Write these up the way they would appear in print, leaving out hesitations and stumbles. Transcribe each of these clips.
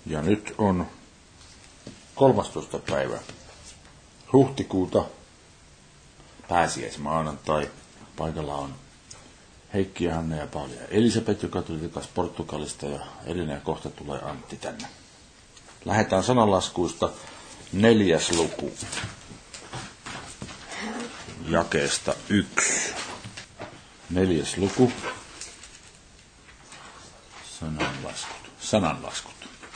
Ja nyt on 13. päivä huhtikuuta, pääsiäismaanantai. Paikalla on Heikki ja Hanne ja Pauli ja Elisabeth, joka tuli takas Portugalista, ja Elina, ja kohta tulee Antti tänne. Lähdetään sananlaskuista 4. luku. Jakeesta 1. 4. luku. Sananlaskut.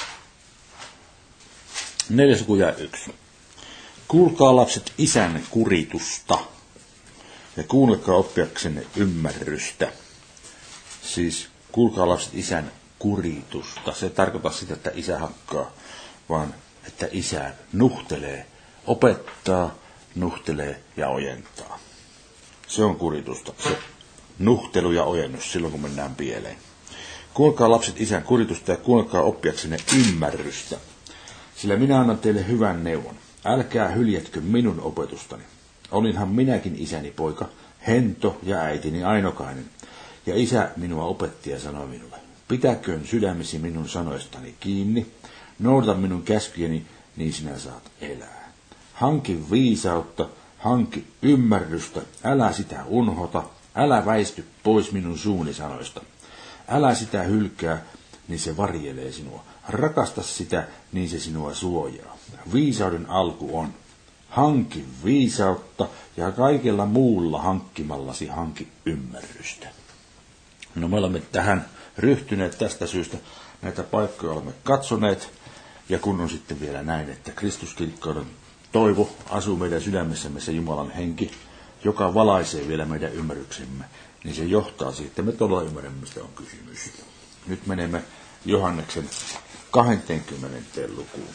4. luku ja 1. Kuulkaa lapset isän kuritusta ja kuunnelkaa oppiaksenne ymmärrystä. Siis kuulkaa lapset isän kuritusta. Se tarkoittaa sitä, että isä hakkaa, vaan että isä nuhtelee, opettaa, nuhtelee ja ojentaa. Se on kuritusta. Se nuhtelu ja ojennus silloin, kun mennään pieleen. Kuulkaa lapset isän kuritusta ja kuunnelkaa oppiaksenne ymmärrystä. Sillä minä annan teille hyvän neuvon. Älkää hyljätkö minun opetustani. Olinhan minäkin isäni poika, hento ja äitini ainokainen. Ja isä minua opetti ja sanoi minulle, pitäköön sydämesi minun sanoistani kiinni, noudata minun käskyjeni, niin sinä saat elää. Hanki viisautta, hanki ymmärrystä, älä sitä unhota, älä väisty pois minun suuni sanoista. Älä sitä hylkää, niin se varjelee sinua. Rakasta sitä, niin se sinua suojaa. Viisauden alku on, hanki viisautta ja kaikella muulla hankkimallasi hanki ymmärrystä. No, me olemme tähän ryhtyneet tästä syystä, näitä paikkoja olemme katsoneet, ja kun on sitten vielä näin, että Kristuskirkkauden toivo asuu meidän sydämessämme, se Jumalan henki, joka valaisee vielä meidän ymmärryksemme, niin se johtaa siihen, että me todella ymmärrämme, mistä on kysymys. Nyt menemme Johanneksen 20. lukuun.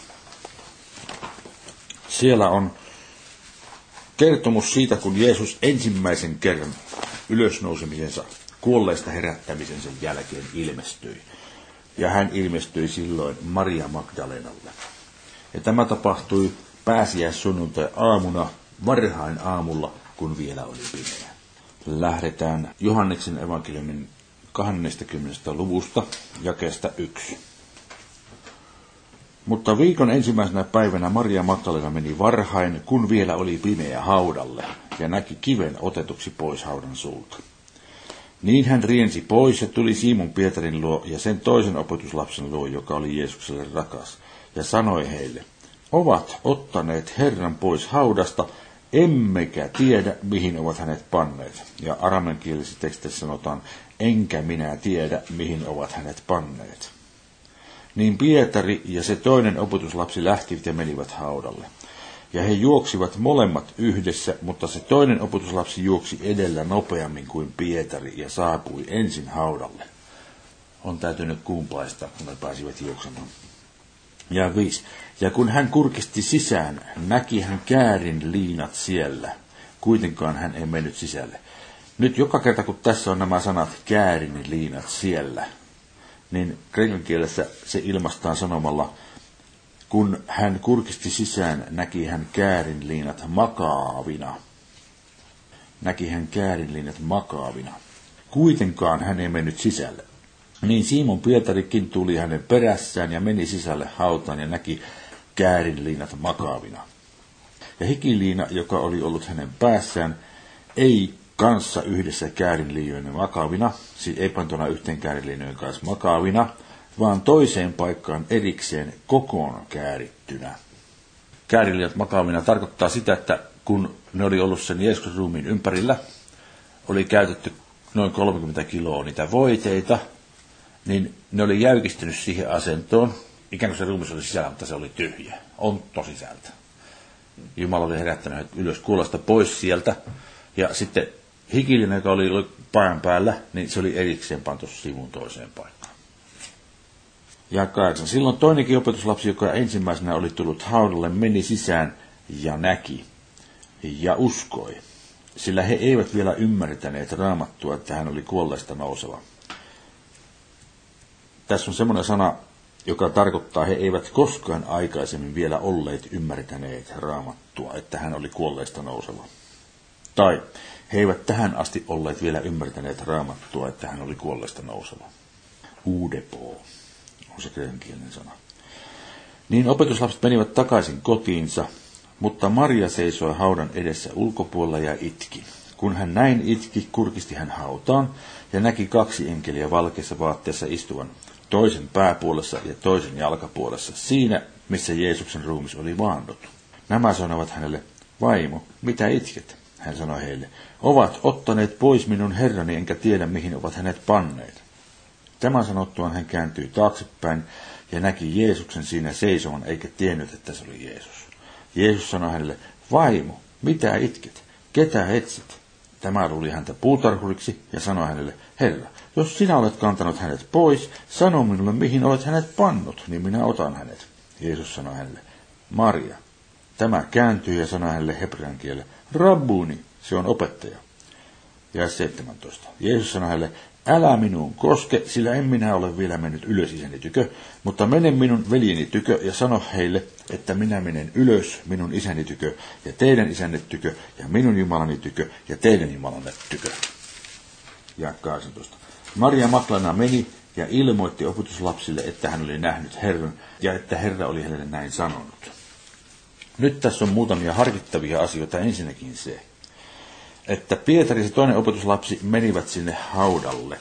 Siellä on kertomus siitä, kun Jeesus ensimmäisen kerran ylösnousemisensa, kuolleista herättämisensä jälkeen ilmestyi. Ja hän ilmestyi silloin Maria Magdalenalle. Ja tämä tapahtui pääsiäissunnuntai aamuna, varhain aamulla, kun vielä oli pimeä. Lähdetään Johanneksen evankeliumin 20. luvusta, jakeesta 1. Mutta viikon ensimmäisenä päivänä Maria Magdalena meni varhain, kun vielä oli pimeä, haudalle, ja näki kiven otetuksi pois haudan suulta. Niin hän riensi pois ja tuli Simon Pietarin luo ja sen toisen opetuslapsen luo, joka oli Jeesukselle rakas, ja sanoi heille, ovat ottaneet Herran pois haudasta, emmekä tiedä, mihin ovat hänet panneet. Ja aramenkielisessä tekstissä sanotaan, enkä minä tiedä, mihin ovat hänet panneet. Niin Pietari ja se toinen opetuslapsi lähtivät ja menivät haudalle. Ja he juoksivat molemmat yhdessä, mutta se toinen opetuslapsi juoksi edellä nopeammin kuin Pietari ja saapui ensin haudalle. On täytynyt kuumpaista, kun he pääsivät juoksemaan. Ja 5. Ja kun hän kurkisti sisään, näki hän käärin liinat siellä. Kuitenkaan hän ei mennyt sisälle. Nyt joka kerta, kun tässä on nämä sanat käärin liinat siellä, niin kreikan kielessä se ilmaistaan sanomalla, kun hän kurkisti sisään, näki hän käärinliinat makaavina. Näki hän käärinliinat makaavina. Kuitenkaan hän ei mennyt sisälle. Niin Simon Pietarikin tuli hänen perässään ja meni sisälle hautaan ja näki käärinliinat makaavina. Ja hikiliina, joka oli ollut hänen päässään, ei kanssa yhdessä käärinliinojen makaavina, siis ei pantuna yhteen käärinliinojen kanssa makaavina, vaan toiseen paikkaan erikseen kokoon käärittynä. Käärinliinat makaavina tarkoittaa sitä, että kun ne oli ollut sen Jeesuksen ruumiin ympärillä, oli käytetty noin 30 kiloa niitä voiteita, niin ne oli jäykistynyt siihen asentoon, ikään kuin se ruumis oli sisällä, mutta se oli tyhjä, ontto sisältä. Jumala oli herättänyt ylös kuolesta pois sieltä, ja sitten hikiliina, joka oli pajan päällä, niin se oli erikseen pantu sivun toiseen paikkaan. Ja 8. Silloin toinenkin opetuslapsi, joka ensimmäisenä oli tullut haudalle, meni sisään ja näki ja uskoi, sillä he eivät vielä ymmärtäneet Raamattua, että hän oli kuolleista nouseva. Tässä on semmoinen sana, joka tarkoittaa, he eivät koskaan aikaisemmin vielä olleet ymmärtäneet Raamattua, että hän oli kuolleista nouseva. Tai he eivät tähän asti olleet vielä ymmärtäneet Raamattua, että hän oli kuolleista nouseva. Uudepo on se kreikankielinen sana. Niin opetuslapset menivät takaisin kotiinsa, mutta Maria seisoi haudan edessä ulkopuolella ja itki. Kun hän näin itki, kurkisti hän hautaan ja näki 2 enkeliä valkeassa vaatteessa istuvan, toisen pääpuolessa ja toisen jalkapuolessa, siinä missä Jeesuksen ruumis oli vaannut. Nämä sanoivat hänelle, vaimo, mitä itket? Hän sanoi heille, ovat ottaneet pois minun herrani, enkä tiedä mihin ovat hänet panneet. Tämän sanottuaan hän kääntyi taaksepäin ja näki Jeesuksen siinä seisovan, eikä tiennyt, että se oli Jeesus. Jeesus sanoi hänelle, vaimo, mitä itket? Ketä etsit? Tämä luuli häntä puutarhuriksi ja sanoi hänelle, Herra, jos sinä olet kantanut hänet pois, sano minulle, mihin olet hänet pannut, niin minä otan hänet. Jeesus sanoi hänelle, Maria. Tämä kääntyi ja sanoi hänelle hebrean kielellä, Rabbuni, se on opettaja. Ja 17. Jeesus sanoi hänelle, älä minuun koske, sillä en minä ole vielä mennyt ylös isäni tykö, mutta mene minun veljeni tykö ja sano heille, että minä menen ylös minun isäni tykö ja teidän isänne tykö ja minun Jumalani tykö ja teidän Jumalanne tykö. Ja 18. Maria Magdalena meni ja ilmoitti opetuslapsille, että hän oli nähnyt Herran ja että Herra oli hänelle näin sanonut. Nyt tässä on muutamia harkittavia asioita. Ensinnäkin se, että Pietari ja se toinen opetuslapsi menivät sinne haudalle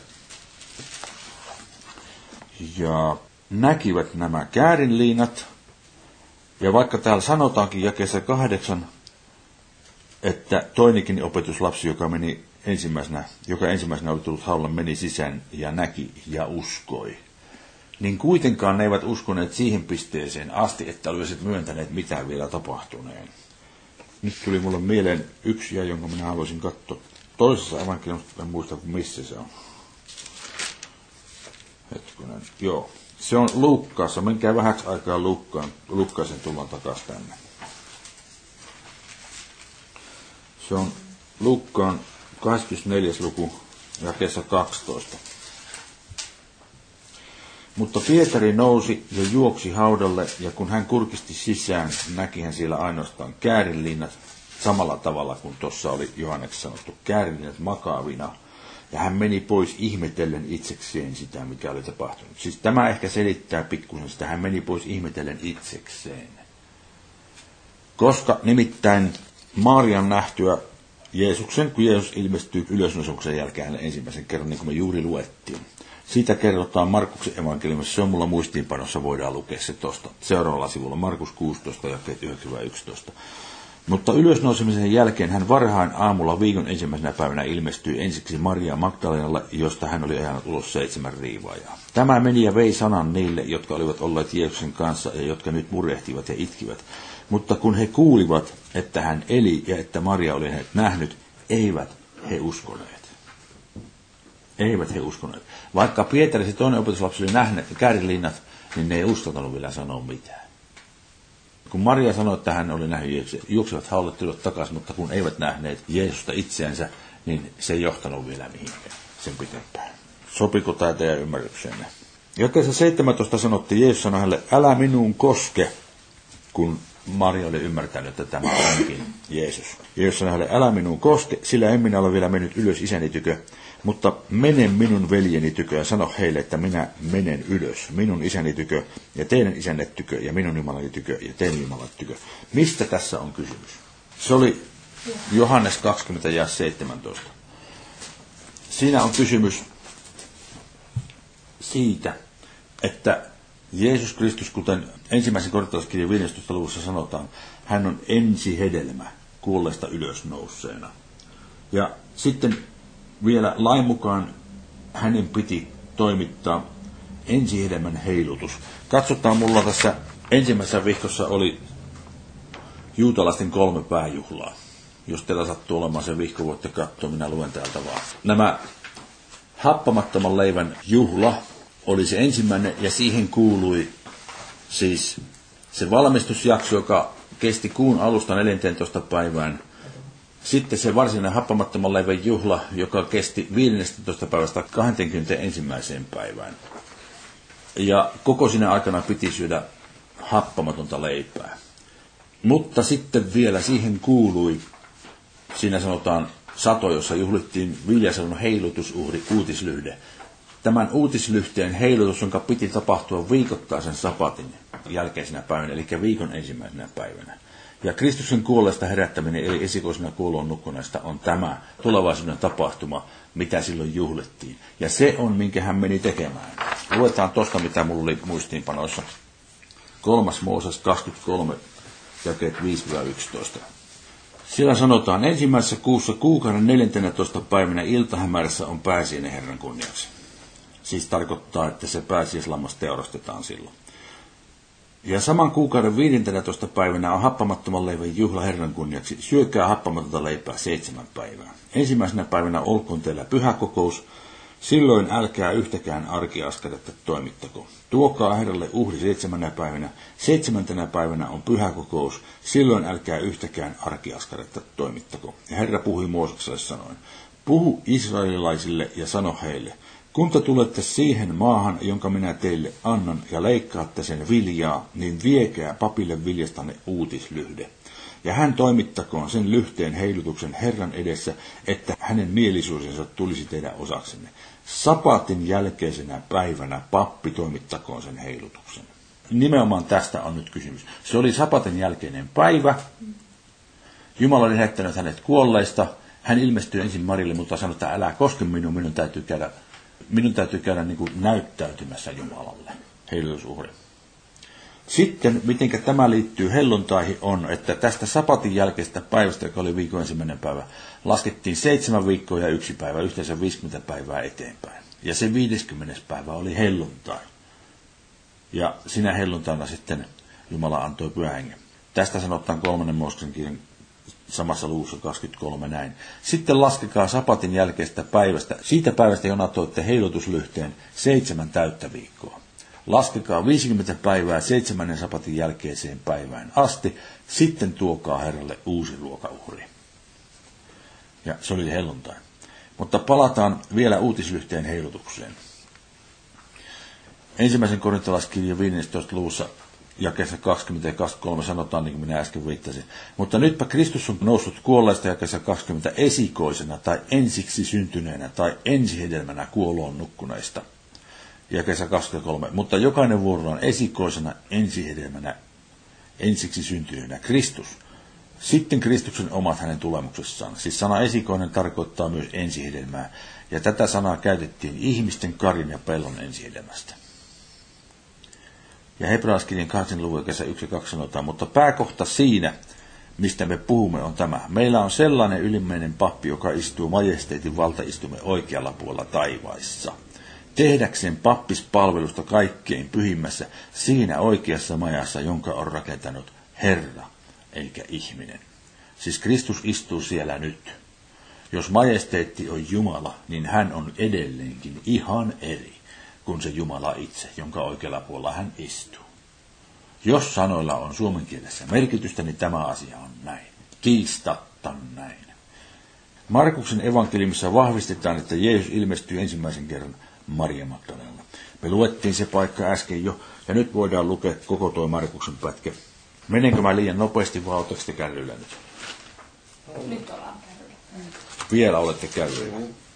ja näkivät nämä käärinliinat. Ja vaikka täällä sanotaankin jakeessa 8, että toinenkin opetuslapsi, joka ensimmäisenä oli tullut haudalle, meni sisään ja näki ja uskoi, niin kuitenkaan ne eivät uskoneet siihen pisteeseen asti, että olisivat myöntäneet mitä vielä tapahtuneen. Nyt tuli mulle mieleen yksi, jonka minä haluaisin katsoa toisessa evankeliumissa, en muista missä se on. Hetkinen, joo. Se on Luukkaassa, menkää vähäksi aikaa Luukkaaseen tullaan takaisin tänne. Se on Luukkaan 24. luku, jakeessa 12. Mutta Pietari nousi ja juoksi haudalle, ja kun hän kurkisti sisään, näki hän siellä ainoastaan käärinlinnat, samalla tavalla kuin tuossa oli Johanneksi sanottu, käärinlinnat makaavina, ja hän meni pois ihmetellen itsekseen sitä, mikä oli tapahtunut. Siis tämä ehkä selittää pikkusen sitä, hän meni pois ihmetellen itsekseen. Koska nimittäin Marian nähtyä Jeesuksen, kun Jeesus ilmestyy ylösnousemuksen jälkeen ensimmäisen kerran, niin kuin me juuri luettiin. Siitä kerrotaan Markuksen evankeliumissa, se on mulla muistiinpanossa, voidaan lukea se tuosta seuraavalla sivulla, Markus 16, jakeet 9-11. Mutta ylösnousemisen jälkeen hän varhain aamulla viikon ensimmäisenä päivänä ilmestyi ensiksi Maria Magdalenalle, josta hän oli ajanut ulos 7 riivaajaa. Tämä meni ja vei sanan niille, jotka olivat olleet Jeesuksen kanssa ja jotka nyt murehtivat ja itkivät. Mutta kun he kuulivat, että hän eli ja että Maria oli hänet nähnyt, eivät he uskoneet. Eivät he uskoneet. Vaikka Pietari se toinen opetuslapsi oli nähnyt käärinlinnat, niin ne ei uskaltanut vielä sanoa mitään. Kun Maria sanoi, että hän oli nähnyt Jeesuksen, juoksivat haudalle, tulivat takaisin, mutta kun eivät nähneet Jeesusta itseensä, niin se ei johtanut vielä mihinkään sen pitempään. Sopiko tämä teidän ymmärryksenne? Jakeessa 17 sanottiin, Jeesus sanoi hänelle, älä minuun koske, kun Maria oli ymmärtänyt, että tämä onkin Jeesus. Jeesus sanoi hänelle, älä minuun koske, sillä en minä ole vielä mennyt ylös isäni tykö, mutta mene minun veljeni tykö ja sano heille, että minä menen ylös minun isäni tykö ja teidän isänne tykö ja minun Jumalani tykö ja teidän Jumalan tykö. Mistä tässä on kysymys? Se oli Johannes 20 ja 17. Siinä on kysymys siitä, että Jeesus Kristus, kuten ensimmäisen korintolaiskirjan 15. luvussa sanotaan, hän on ensihedelmä kuolleesta ylösnouseena. Ja sitten vielä lain mukaan hänen piti toimittaa ensihedelmän heilutus. Katsotaan, mulla tässä ensimmäisessä vihkossa oli juutalaisten 3 pääjuhlaa. Jos teillä sattuu olemaan se vihko, voitte katsoa, minä luen täältä vaan. Nämä happamattoman leivän juhla oli se ensimmäinen, ja siihen kuului siis se valmistusjakso, joka kesti kuun alusta 14. päivään. Sitten se varsinainen happamattoman leivän juhla, joka kesti 15. päivästä 21. päivään. Ja koko sinä aikana piti syödä happamatonta leipää. Mutta sitten vielä siihen kuului, siinä sanotaan sato, jossa juhlittiin viljasadon heilutusuhri, uutislyhde. tämän uutislyhteen heilutus, jonka piti tapahtua viikoittaisen sapatin jälkeisenä päivänä, eli viikon ensimmäisenä päivänä. Ja Kristuksen kuolleesta herättäminen, eli esikoisena kuoloon nukkuneesta, on tämä tulevaisuuden tapahtuma, mitä silloin juhlittiin. Ja se on, minkä hän meni tekemään. Luetaan tuosta, mitä mulla oli muistiinpanoissa. 3. Mooses 23, jakeet 5-11. Siellä sanotaan, ensimmäisessä kuussa kuukauden 14. päivänä iltahämärässä on pääsiäinen Herran kunniaksi. Siis tarkoittaa, että se pääsiäislammas teurastetaan silloin. Ja saman kuukauden 15. päivänä on happamattoman leivän juhla Herran kunniaksi. Syökää happamatonta leipää 7 päivää. Ensimmäisenä päivänä olkoon teillä pyhäkokous. Silloin älkää yhtäkään arkiaskaretta toimittako. Tuokaa Herralle uhri 7. päivänä. 7. päivänä on pyhäkokous. Silloin älkää yhtäkään arkiaskaretta toimittako. Ja Herra puhui Moosekselle sanoen, puhu israelilaisille ja sano heille, kun te tulette siihen maahan, jonka minä teille annan, ja leikkaatte sen viljaa, niin viekää papille viljastanne uutislyhde. Ja hän toimittakoon sen lyhteen heilutuksen Herran edessä, että hänen mielisuusensa tulisi teidän osaksenne. Sapatin jälkeisenä päivänä pappi toimittakoon sen heilutuksen. Nimenomaan tästä on nyt kysymys. Se oli sapatin jälkeinen päivä. Jumala oli herättänyt hänet kuolleista. Hän ilmestyi ensin Marille, mutta sanoi, että älä koske minun täytyy käydä niin kuin näyttäytymässä Jumalalle, heilutusuhri. Sitten, miten tämä liittyy helluntaihin, on, että tästä sapatin jälkeisestä päivästä, joka oli viikon ensimmäinen päivä, laskettiin 7 viikkoa ja 1 päivä, yhteensä 50 päivää eteenpäin. Ja se 50. päivä oli helluntai. Ja sinä helluntaina sitten Jumala antoi pyhän hengen. Tästä sanotaan 3. Mooseksen kirjan samassa luvussa 23 näin. Sitten laskekaa sapatin jälkeistä päivästä, siitä päivästä, jona toitte heilutuslyhteen 7 täyttä viikkoa. Laskekaa 50 päivää 7. sapatin jälkeiseen päivään asti, sitten tuokaa Herralle uusi ruokauhri. Ja se oli helluntai. Mutta palataan vielä uutislyhteen heilutukseen. 1. Korintolaiskirjan 15. luvussa jakeessa 20 ja 23 sanotaan, niin kuin minä äsken viittasin. Mutta nytpä Kristus on noussut kuolleista jakeessa 20 esikoisena tai ensiksi syntyneenä tai ensihedelmänä kuoloon nukkuneista. Jakeessa 23. Mutta jokainen vuoro on esikoisena, ensihedelmänä, ensiksi syntyneenä Kristus. Sitten Kristuksen omat hänen tulemuksessaan. Siis sana esikoinen tarkoittaa myös ensihedelmää. Ja tätä sanaa käytettiin ihmisten, karjan ja pellon ensihedelmästä. Ja Hebrealaiskirjan 8. luvun jakeessa 1 ja 2 sanotaan, mutta pääkohta siinä, mistä me puhumme, on tämä. Meillä on sellainen ylimmäinen pappi, joka istuu majesteetin valtaistuimen oikealla puolella taivaissa. Tehdäkseen pappispalvelusta kaikkein pyhimmässä siinä oikeassa majassa, jonka on rakentanut Herra, eikä ihminen. Siis Kristus istuu siellä nyt. Jos majesteetti on Jumala, niin hän on edelleenkin ihan eri kuin se Jumala itse, jonka oikealla puolella hän istuu. Jos sanoilla on suomen kielessä merkitystä, niin tämä asia on näin. Kiistatta näin. Markuksen evankeliumissa vahvistetaan, että Jeesus ilmestyi ensimmäisen kerran Maria Magdalena. Me luettiin se paikka äsken jo, ja nyt voidaan lukea koko tuo Markuksen pätkä. Menenkö mä liian nopeasti vai oletteko te kärryillä nyt? Nyt ollaan kärryillä. Vielä olette kärryillä.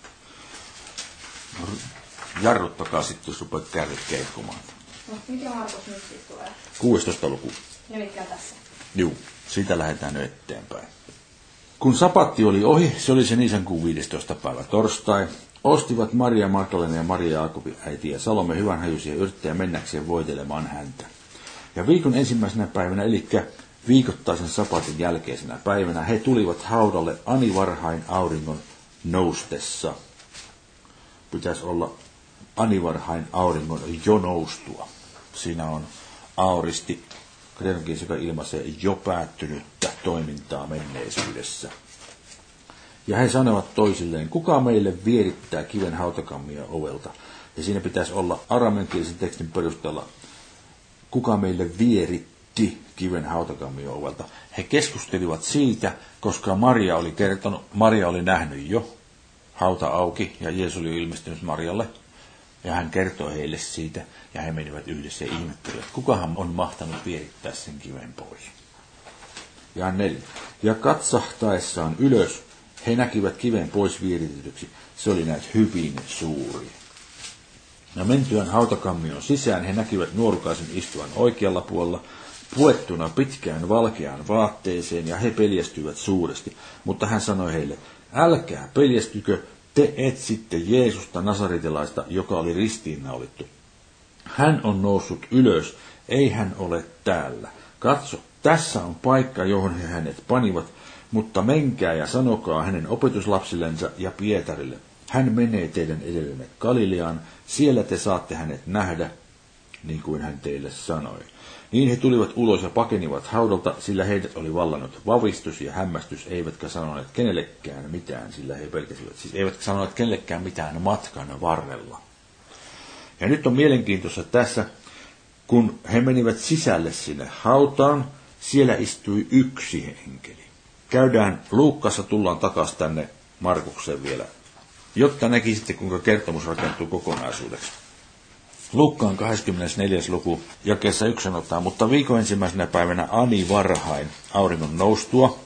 Jarruttakaa sitten, jos rupeat kärryt keikkumaan. No, mikä Markus nyt siis tulee? 16. luku. Ja mitkä tässä? Juu, siitä lähdetään nyt eteenpäin. Kun sapatti oli ohi, se oli se Nisankuun 15. päivä torstai, ostivat Maria Magdalena ja Maria Jaakobin äiti ja Salome hyvänhajuisia yrttejä mennäkseen voitelemaan häntä. Ja viikon ensimmäisenä päivänä, eli viikoittaisen sapatin jälkeisenä päivänä, he tulivat haudalle ani varhain auringon noustessa. Pitäisi olla ani varhain auringon jo noustua. Siinä on auristi, kreikankielessä, joka ilmaisee jo päättynyttä toimintaa menneisyydessä. Ja he sanovat toisilleen, kuka meille vierittää kiven hautakammia ovelta. Ja siinä pitäisi olla arameankielisen tekstin perusteella, kuka meille vieritti kiven hautakammia ovelta. He keskustelivat siitä, koska Maria oli nähnyt jo hauta auki ja Jeesus oli ilmestynyt Marialle. Ja hän kertoi heille siitä ja he menivät yhdessä ja ihmettelivät, kukahan on mahtanut vierittää sen kiven pois. Ja 4. Ja katsahtaessaan ylös he näkivät kiven pois vieritetyksi. Se oli näet hyvin suuri. Ja mentyään hautakammion sisään he näkivät nuorukaisen istuvan oikealla puolella, puettuna pitkään valkeaan vaatteeseen, ja he peljästyivät suuresti. Mutta hän sanoi heille, älkää peljästykö, te etsitte Jeesusta Nasaretilaista, joka oli ristiinnaulittu. Hän on noussut ylös, ei hän ole täällä. Katso, tässä on paikka, johon he hänet panivat, mutta menkää ja sanokaa hänen opetuslapsillensa ja Pietarille. Hän menee teidän edellenne Galileaan, siellä te saatte hänet nähdä, niin kuin hän teille sanoi. Niin he tulivat ulos ja pakenivat haudalta, sillä heidät oli vallannut vavistus ja hämmästys, eivätkä sanoneet kenellekään mitään, sillä he pelkäsivät. Siis eivätkä sanoneet kenellekään mitään matkan varrella. Ja nyt on mielenkiintoista tässä, kun he menivät sisälle sinne hautaan, siellä istui yksi enkeli. Käydään Luukkassa, tullaan takaisin tänne Markukseen vielä, jotta näkisitte, kuinka kertomus rakentuu kokonaisuudeksi. Luukkaan 24. luku, jakeessa 1 sanotaan, mutta viikon ensimmäisenä päivänä ani varhain, auringon noustua,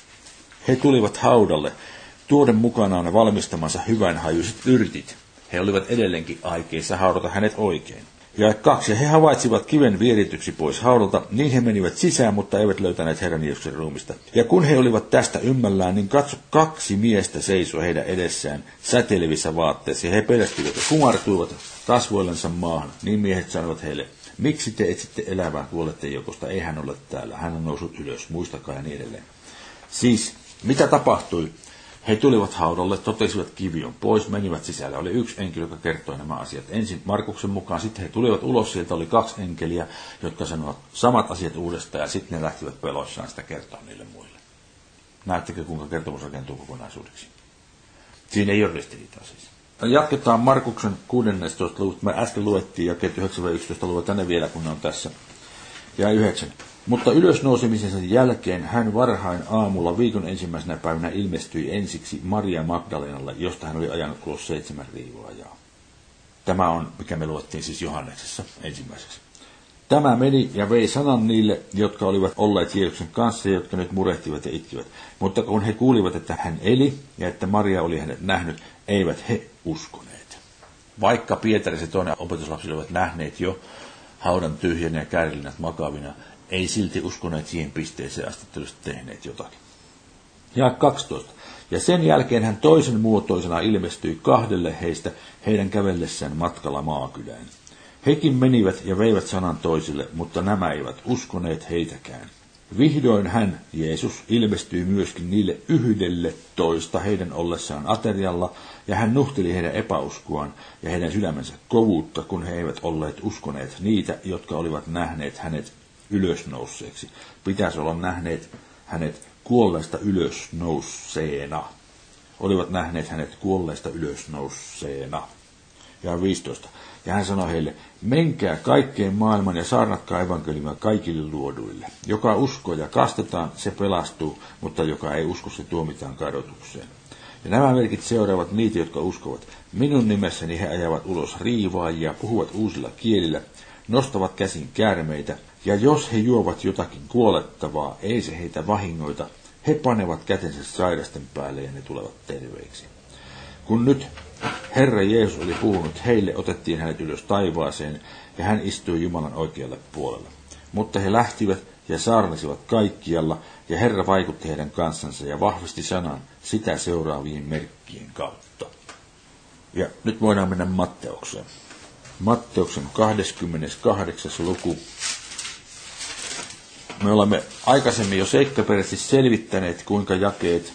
he tulivat haudalle, tuoden mukanaan valmistamansa hyvänhajuiset yrtit. He olivat edelleenkin aikeissa haudata hänet oikein. Ja 2. He havaitsivat kiven vierityksi pois haudalta, niin he menivät sisään, mutta eivät löytäneet Herran Jeesuksen ruumista. Ja kun he olivat tästä ymmällään, niin katso, 2 miestä seisoi heidän edessään säteilevissä vaatteissa, ja he pelästyivät ja kumartuivat kasvoillensa maahan. Niin miehet sanoivat heille, miksi te etsitte elävää kuolleiden joukosta, ei hän ole täällä, hän on noussut ylös, muistakaa ja niin edelleen. Siis, mitä tapahtui? He tulivat haudalle, totesivat kivi on pois, menivät sisälle. Oli yksi enkeli, joka kertoi nämä asiat. Ensin Markuksen mukaan, sitten he tulivat ulos, sieltä oli 2 enkeliä, jotka sanoivat samat asiat uudestaan, ja sitten ne lähtivät peloissaan sitä kertoa niille muille. Näettekö, kuinka kertomus rakentuu kokonaisuudeksi? Siinä ei ole ristiriitaa siis. Jatketaan Markuksen 16. luvusta. Me äsken luettiin jakeet 9-11 luvua tänne vielä, kun ne on tässä. Ja 9. Mutta ylösnousemisensa jälkeen hän varhain aamulla viikon ensimmäisenä päivänä ilmestyi ensiksi Maria Magdalenalle, josta hän oli ajanut ulos 7 riivaajaa. Tämä on, mikä me luettiin siis Johanneksessa ensimmäiseksi. Tämä meni ja vei sanan niille, jotka olivat olleet Jeesuksen kanssa, jotka nyt murehtivat ja itkivät. Mutta kun he kuulivat, että hän eli ja että Maria oli hänet nähnyt, eivät he uskoneet. Vaikka Pietari se toinen opetuslapsi olivat nähneet jo haudan tyhjänä ja kärlinnät makavina, ei silti uskoneet siihen pisteeseen asti, että olisivat tehneet jotakin. Ja 12. Ja sen jälkeen hän toisen muotoisena ilmestyi 2 heistä heidän kävellessään matkalla maakylään. Hekin menivät ja veivät sanan toisille, mutta nämä eivät uskoneet heitäkään. Vihdoin hän, Jeesus, ilmestyi myöskin niille 11 heidän ollessaan aterialla, ja hän nuhteli heidän epäuskoaan ja heidän sydämensä kovuutta, kun he eivät olleet uskoneet niitä, jotka olivat nähneet hänet ylösnousseeksi. Pitäisi olla nähneet hänet kuolleesta ylösnousseena. Olivat nähneet hänet kuolleesta ylösnousseena. Ja 15. Ja hän sanoi heille, menkää kaikkeen maailman ja saarnatkaa evankeliumia kaikille luoduille. Joka uskoo ja kastetaan, se pelastuu, mutta joka ei usko, se tuomitaan kadotukseen. Ja nämä merkit seuraavat niitä, jotka uskovat. Minun nimessäni he ajavat ulos riivaajia, puhuvat uusilla kielillä, nostavat käsin käärmeitä, ja jos he juovat jotakin kuolettavaa, ei se heitä vahingoita, he panevat kätensä sairasten päälle ja ne tulevat terveiksi. Kun nyt Herra Jeesus oli puhunut heille, otettiin hänet ylös taivaaseen, ja hän istui Jumalan oikealle puolelle. Mutta he lähtivät ja saarnasivat kaikkialla, ja Herra vaikutti heidän kanssansa ja vahvisti sanan sitä seuraavien merkkien kautta. Ja nyt voidaan mennä Matteukseen. Matteuksen 28. luku. Me olemme aikaisemmin jo seikkaperäisesti selvittäneet, kuinka jakeet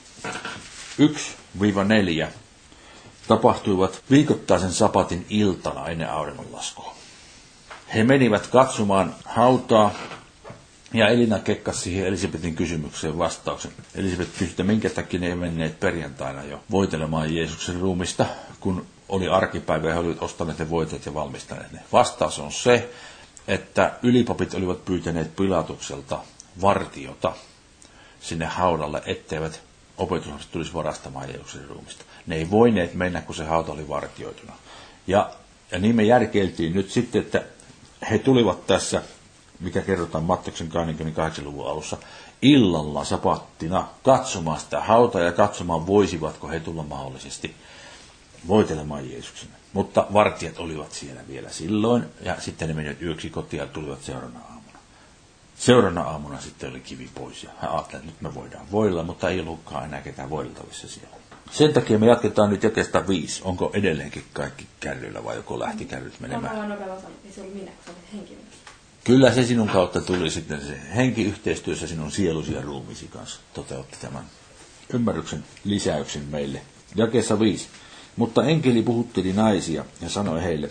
1-4 tapahtuivat viikoittaisen sapatin iltana ennen auringonlaskua. He menivät katsomaan hautaa, ja Elina kekkasi siihen Elisabetin kysymykseen vastauksen. Elisabet kysyi, että minkä takia ne ei menneet perjantaina jo voitelemaan Jeesuksen ruumista, kun oli arkipäivä ja he olivat ostaneet ne voiteet ja valmistaneet ne. Vastaus on se, että ylipapit olivat pyytäneet Pilatukselta vartiota sinne haudalle, etteivät opetuslapset tulisi varastamaan Jeesuksen ruumista. Ne ei voineet mennä, kun se hauta oli vartioituna. Ja niin me järkeiltiin nyt sitten, että he tulivat tässä, mikä kerrotaan Matteuksen 28. luvun alussa, illalla sapattina katsomaan sitä hautaa ja katsomaan, voisivatko he tulla mahdollisesti voitelemaan Jeesuksen. Mutta vartijat olivat siellä vielä silloin, ja sitten ne menivät yöksi kotiin ja tulivat seuraavana aamuna. Seuraavana aamuna sitten oli kivi pois, ja hän ajatteli, että nyt me voidaan voidella, mutta ei ollutkaan enää ketään voideltavissa siellä. Sen takia me jatketaan nyt jakeesta 5. Onko edelleenkin kaikki kärryillä vai joko lähti kärryt menemään? Mä nopealla sanoa, että se oli minä, kun sä olit henkilö. Kyllä se sinun kautta tuli sitten se henkiyhteistyössä sinun sielusi ja ruumiisi kanssa toteutti tämän ymmärryksen lisäyksen meille. Jakeessa 5. Mutta enkeli puhutteli naisia ja sanoi heille,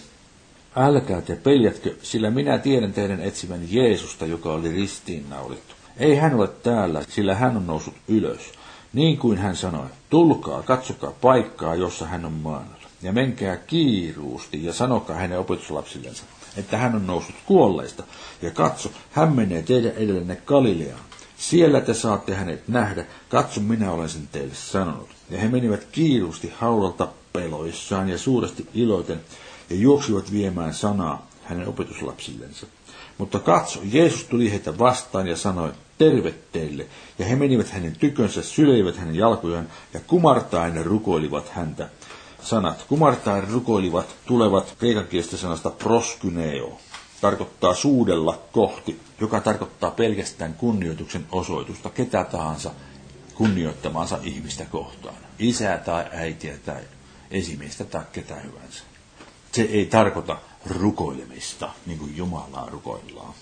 älkää te peljätkö, sillä minä tiedän teidän etsivän Jeesusta, joka oli ristiinnaulittu. Ei hän ole täällä, sillä hän on noussut ylös. Niin kuin hän sanoi, tulkaa, katsokaa paikkaa, jossa hän on maannut. Ja menkää kiiruusti ja sanokaa hänen opetuslapsillensa, että hän on noussut kuolleista. Ja katso, hän menee teidän edellenne Galileaan. Siellä te saatte hänet nähdä. Katso, minä olen sen teille sanonut. Ja he menivät kiiruusti haudalta peloissaan ja suuresti iloiten ja juoksivat viemään sanaa hänen opetuslapsillensa. Mutta katso, Jeesus tuli heitä vastaan ja sanoi, terve teille. Ja he menivät hänen tykönsä, syleivät hänen jalkojaan ja kumartaen rukoilivat häntä. Sanat kumartaen rukoilivat tulevat kreikankielestä sanasta proskyneo. Tarkoittaa suudella kohti, joka tarkoittaa pelkästään kunnioituksen osoitusta ketä tahansa kunnioittamansa ihmistä kohtaan. Isää tai äitiä tai esimiestä tai ketä hyvänsä. Se ei tarkoita rukoilemista, niin kuin Jumalaa rukoillaan.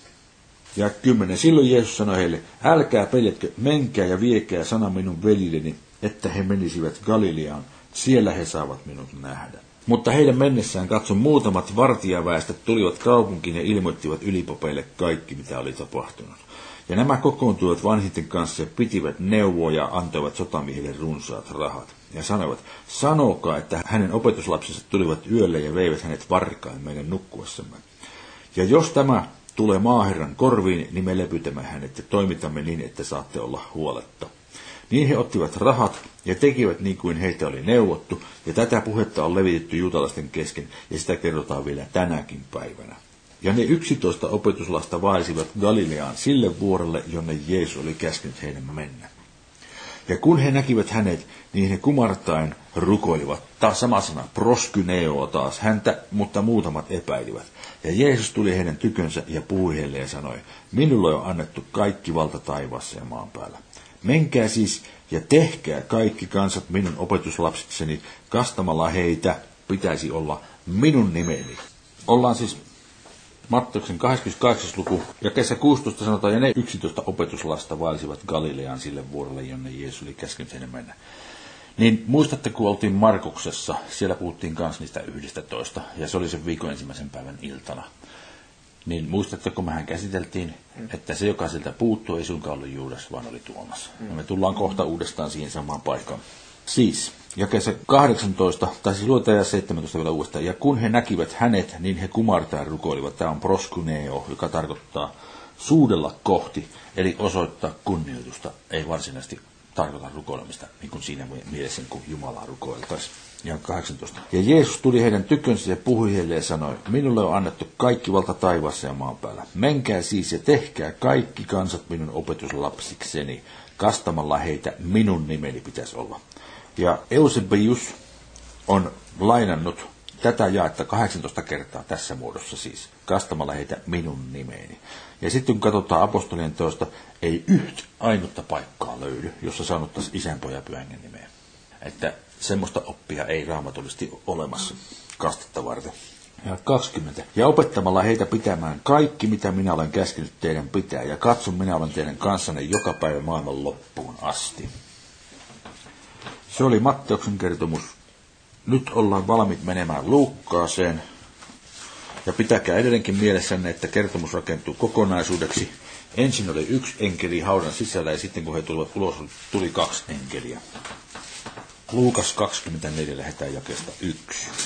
Ja 10. Silloin Jeesus sanoi heille, älkää peljätkö, menkää ja viekää sana minun veljilleni, että he menisivät Galileaan, siellä he saavat minut nähdä. Mutta heidän mennessään katson muutamat vartijaväestöt tulivat kaupunkiin ja ilmoittivat ylipapeille kaikki, mitä oli tapahtunut. Ja nämä kokoontuivat vanhinten kanssa ja pitivät neuvoa ja antoivat sotamiehille runsaat rahat. Ja sanoivat, sanokaa, että hänen opetuslapsensa tulivat yölle ja veivät hänet varkain meidän nukkuessamme. Ja jos tämä tulee maaherran korviin, niin me lepytämme hänet ja toimitamme niin, että saatte olla huoletta. Niin he ottivat rahat ja tekivät niin kuin heitä oli neuvottu, ja tätä puhetta on levitetty juutalaisten kesken, ja sitä kerrotaan vielä tänäkin päivänä. Ja ne 11 opetuslasta vaelsivat Galileaan sille vuorelle, jonne Jeesus oli käskenyt heidän mennä. Ja kun he näkivät hänet, niin he kumartaen rukoilivat. Taas sama sana, proskyneo taas häntä, mutta muutamat epäilivät. Ja Jeesus tuli heidän tykönsä ja puhui heille ja sanoi, minulle on annettu kaikki valta taivaassa ja maan päällä. Menkää siis ja tehkää kaikki kansat minun opetuslapsikseni, kastamalla heitä pitäisi olla minun nimeni. Ollaan siis Matteuksen 28. luku, ja kesä 16 sanotaan, ja ne 11 opetuslasta vaelsivat Galileaan sille vuorelle, jonne Jeesus oli käskenyt heidän mennä. Niin muistatte, kun oltiin Markuksessa, siellä puhuttiin myös niistä 11, ja se oli sen viikon ensimmäisen päivän iltana. Niin muistatte, kun mehän käsiteltiin, että se, joka sieltä puuttuu, ei suinkaan ollut Juudas, vaan oli Tuomas. Ja me tullaan kohta uudestaan siihen samaan paikkaan. Siis, jakeessa 18, tai siis luetaan ja 17 vielä uudestaan. Ja kun he näkivät hänet, niin he kumartaen rukoilivat. Tämä on proskyneo, joka tarkoittaa suudella kohti, eli osoittaa kunnioitusta, ei varsinaisesti tarkoita rukoilemista, niin kuin siinä mielessä, kun Jumalaa rukoiltaisiin. Ja 18. Ja Jeesus tuli heidän tykönsä ja puhui heille ja sanoi, minulle on annettu kaikki valta taivaassa ja maan päällä. Menkää siis ja tehkää kaikki kansat minun opetuslapsikseni, kastamalla heitä minun nimeni pitäisi olla. Ja Eusebius on lainannut tätä jaetta 18 kertaa tässä muodossa siis, kastamalla heitä minun nimeeni. Ja sitten kun katsotaan apostolien teosta, ei yhtä ainutta paikkaa löydy, jossa sanottaisiin Isän, Pojan ja Pyhän Hengen nimeä. Että semmoista oppia ei raamatullisesti olemassa kastetta varten. Ja 20. Ja opettamalla heitä pitämään kaikki, mitä minä olen käskenyt teidän pitää, ja katson, minä olen teidän kanssanne joka päivä maailman loppuun asti. Se oli Matteuksen kertomus. Nyt ollaan valmiit menemään Luukkaaseen. Ja pitäkää edelleenkin mielessänne, että kertomus rakentuu kokonaisuudeksi. Ensin oli yksi enkeli haudan sisällä ja sitten kun he tulivat ulos, tuli 2 enkeliä. Luukas 24 lähdetään jakeesta 1.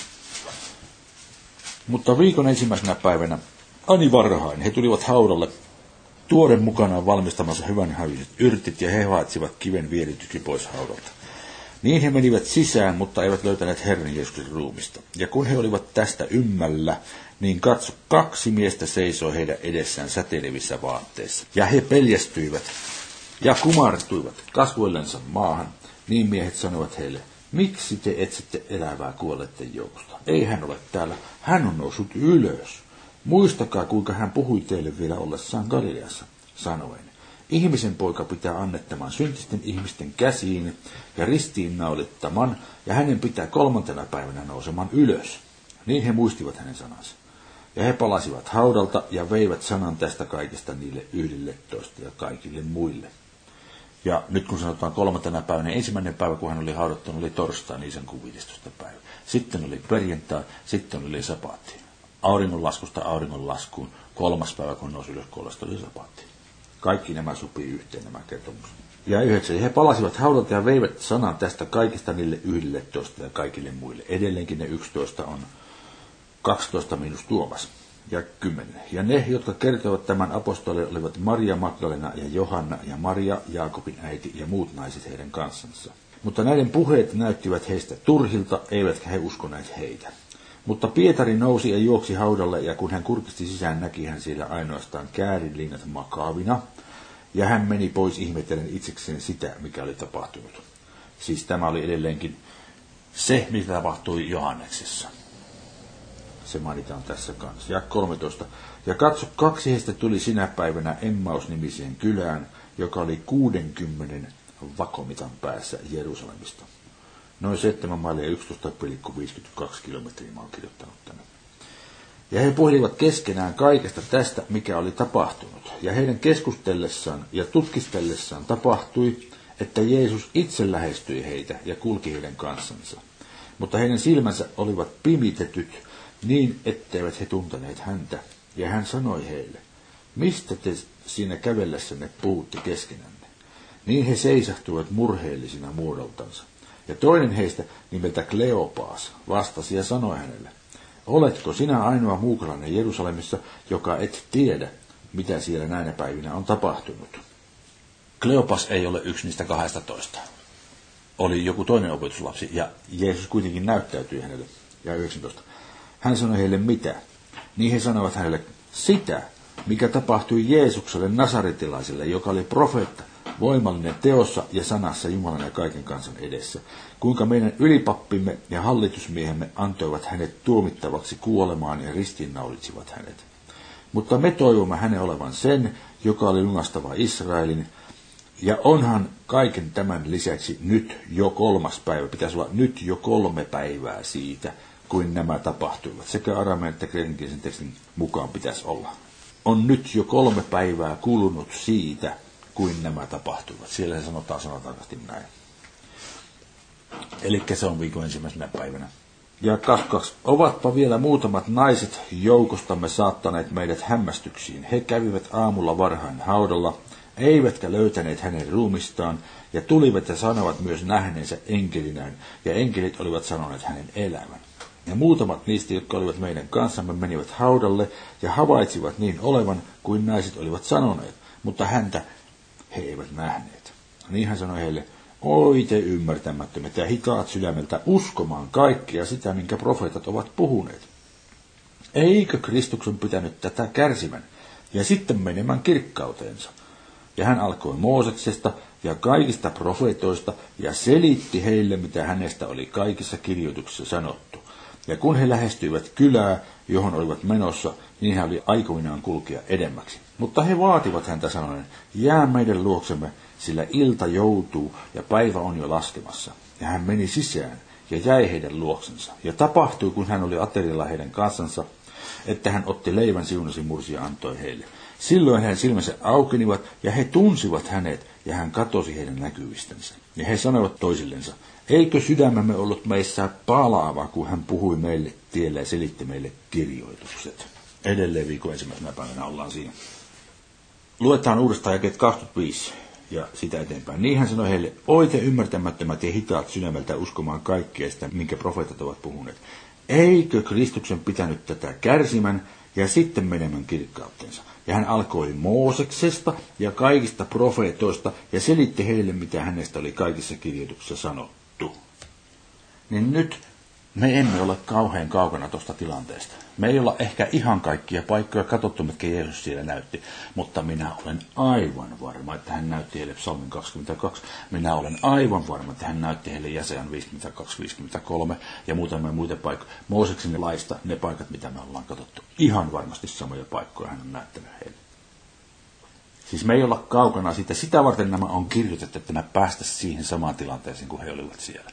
Mutta viikon ensimmäisenä päivänä, ani varhain, he tulivat haudalle tuoden mukanaan valmistamassa hyvän häviset yrtit ja he haitsivat kiven vierityksi pois haudalta. Niin he menivät sisään, mutta eivät löytäneet Herran Jeesuksen ruumista. Ja kun he olivat tästä ymmällä, niin katso, 2 miestä seisoi heidän edessään säteilevissä vaatteissa. Ja he peljästyivät ja kumartuivat kasvoillensa maahan. Niin miehet sanoivat heille, miksi te etsitte elävää kuolleiden joukosta? Ei hän ole täällä, hän on noussut ylös. Muistakaa, kuinka hän puhui teille vielä ollessaan Galileassa, sanoen. Ihmisen poika pitää annettaman syntisten ihmisten käsiin ja ristiinnaulittaman, ja hänen pitää 3. päivänä nouseman ylös. Niin he muistivat hänen sanansa. Ja he palasivat haudalta ja veivät sanan tästä kaikesta niille 11 ja kaikille muille. Ja nyt kun sanotaan 3. päivänä, ensimmäinen päivä, kun hän oli haudattu, oli torstai, niin sen kuin 15. päivä. Sitten oli perjantai, sitten oli sabaatti. Auringonlaskusta auringonlaskuun, 3. päivä, kun nousi ylös kuolleesta, oli sabaatti. Kaikki nämä sopii yhteen, nämä kertomukset. Ja 9. He palasivat haudalta ja veivät sanan tästä kaikista niille 11 ja kaikille muille. Edelleenkin ne 11 on 12 miinus Tuomas. Ja 10. Ja ne, jotka kertovat tämän apostolille, olivat Maria Magdalena ja Johanna ja Maria, Jaakobin äiti ja muut naiset heidän kanssansa. Mutta näiden puheet näyttivät heistä turhilta, eivätkä he uskoneet heitä. Mutta Pietari nousi ja juoksi haudalle, ja kun hän kurkisti sisään, näki hän siellä ainoastaan käärinliinat makaavina, ja hän meni pois ihmetellen itsekseen sitä, mikä oli tapahtunut. Siis tämä oli edelleenkin se, mitä tapahtui Johanneksessa. Se mainitaan tässä kanssa. Ja 13. Ja katso, 2 heistä tuli sinä päivänä Emmaus-nimiseen kylään, joka oli 60 vakomitan päässä Jerusalemista. Noin 7 mailia 11,52 kilometriä mä oon kirjoittanut tänne. Ja he puhuivat keskenään kaikesta tästä, mikä oli tapahtunut. Ja heidän keskustellessaan ja tutkistellessaan tapahtui, että Jeesus itse lähestyi heitä ja kulki heidän kanssansa. Mutta heidän silmänsä olivat pimitetyt niin, etteivät he tunteneet häntä. Ja hän sanoi heille, mistä te siinä kävellessänne puhutte keskenänne? Niin he seisahtuivat murheellisina muodoltansa. Ja toinen heistä nimeltä Kleopas vastasi ja sanoi hänelle, oletko sinä ainoa muukalainen Jerusalemissa, joka et tiedä, mitä siellä näinä päivinä on tapahtunut? Kleopas ei ole yksi niistä 12. Oli joku toinen opetuslapsi, ja Jeesus kuitenkin näyttäytyi hänelle. Ja 19. Hän sanoi heille mitä? Niin he sanoivat hänelle sitä, mikä tapahtui Jeesukselle nasaretilaiselle, joka oli profeetta, voimallinen teossa ja sanassa Jumalan ja kaiken kansan edessä, kuinka meidän ylipappimme ja hallitusmiehemme antoivat hänet tuomittavaksi kuolemaan ja ristiinnaulitsivat hänet. Mutta me toivomme hänen olevan sen, joka oli lunastava Israelin, ja onhan kaiken tämän lisäksi nyt jo 3. päivä, pitäisi olla nyt jo 3 päivää siitä, kuin nämä tapahtuivat. Sekä aramean että kreikankielisen tekstin mukaan pitäisi olla. On nyt jo 3 päivää kulunut siitä, kuin nämä tapahtuivat. Siellä se sanotaan sanatarkasti näin. Eli se on viikon ensimmäisenä päivänä. Ja 22. Ovatpa vielä muutamat naiset joukostamme saattaneet meidät hämmästyksiin. He kävivät aamulla varhain haudalla, eivätkä löytäneet hänen ruumistaan, ja tulivat ja sanovat myös nähneensä enkelinään, ja enkelit olivat sanoneet hänen elävän. Ja muutamat niistä, jotka olivat meidän kanssamme, menivät haudalle ja havaitsivat niin olevan, kuin naiset olivat sanoneet, mutta häntä he eivät nähneet. Niin hän sanoi heille, oi te ymmärtämättömät ja hitaat sydämeltä uskomaan kaikkea sitä, minkä profeetat ovat puhuneet. Eikö Kristuksen pitänyt tätä kärsimän ja sitten menemään kirkkauteensa? Ja hän alkoi Mooseksesta ja kaikista profeetoista ja selitti heille, mitä hänestä oli kaikissa kirjoituksissa sanottu. Ja kun he lähestyivät kylää, johon olivat menossa, niin hän oli aikoinaan kulkea edemmäksi. Mutta he vaativat häntä sanoen, jää meidän luoksemme, sillä ilta joutuu ja päivä on jo laskemassa. Ja hän meni sisään ja jäi heidän luoksensa. Ja tapahtui, kun hän oli aterialla heidän kansansa, että hän otti leivän, siunasi, mursi ja antoi heille. Silloin hänen silmänsä aukenivat ja he tunsivat hänet ja hän katosi heidän näkyvistänsä. Ja he sanoivat toisillensa, eikö sydämemme ollut meissä palaava, kun hän puhui meille tiellä ja selitti meille kirjoitukset. Edelleen viikon ensimmäisenä päivänä ollaan siinä. Luetaan uudestaan jakeet 25 ja sitä eteenpäin. Niin hän sanoi heille, oi te ymmärtämättömät ja hitaat sydämeltä uskomaan kaikkea sitä, minkä profeetat ovat puhuneet. Eikö Kristuksen pitänyt tätä kärsimän ja sitten menemään kirkkautteensa? Ja hän alkoi Mooseksesta ja kaikista profeetoista ja selitti heille, mitä hänestä oli kaikissa kirjoituksissa sanottu. Niin nyt Me emme ole kauhean kaukana tuosta tilanteesta. Me ei olla ehkä ihan kaikkia paikkoja katsottu, mitkä Jeesus siellä näytti, mutta minä olen aivan varma, että hän näytti heille Psalmin 22. Minä olen aivan varma, että hän näytti heille Jesajan 52-53 ja muutamia muita paikkoja. Mooseksen laista ne paikat, mitä me ollaan katsottu. Ihan varmasti samoja paikkoja hän on näyttänyt heille. Siis me ei olla kaukana siitä. Sitä varten nämä on kirjoitettu, että me päästäisiin siihen samaan tilanteeseen, kuin he olivat siellä.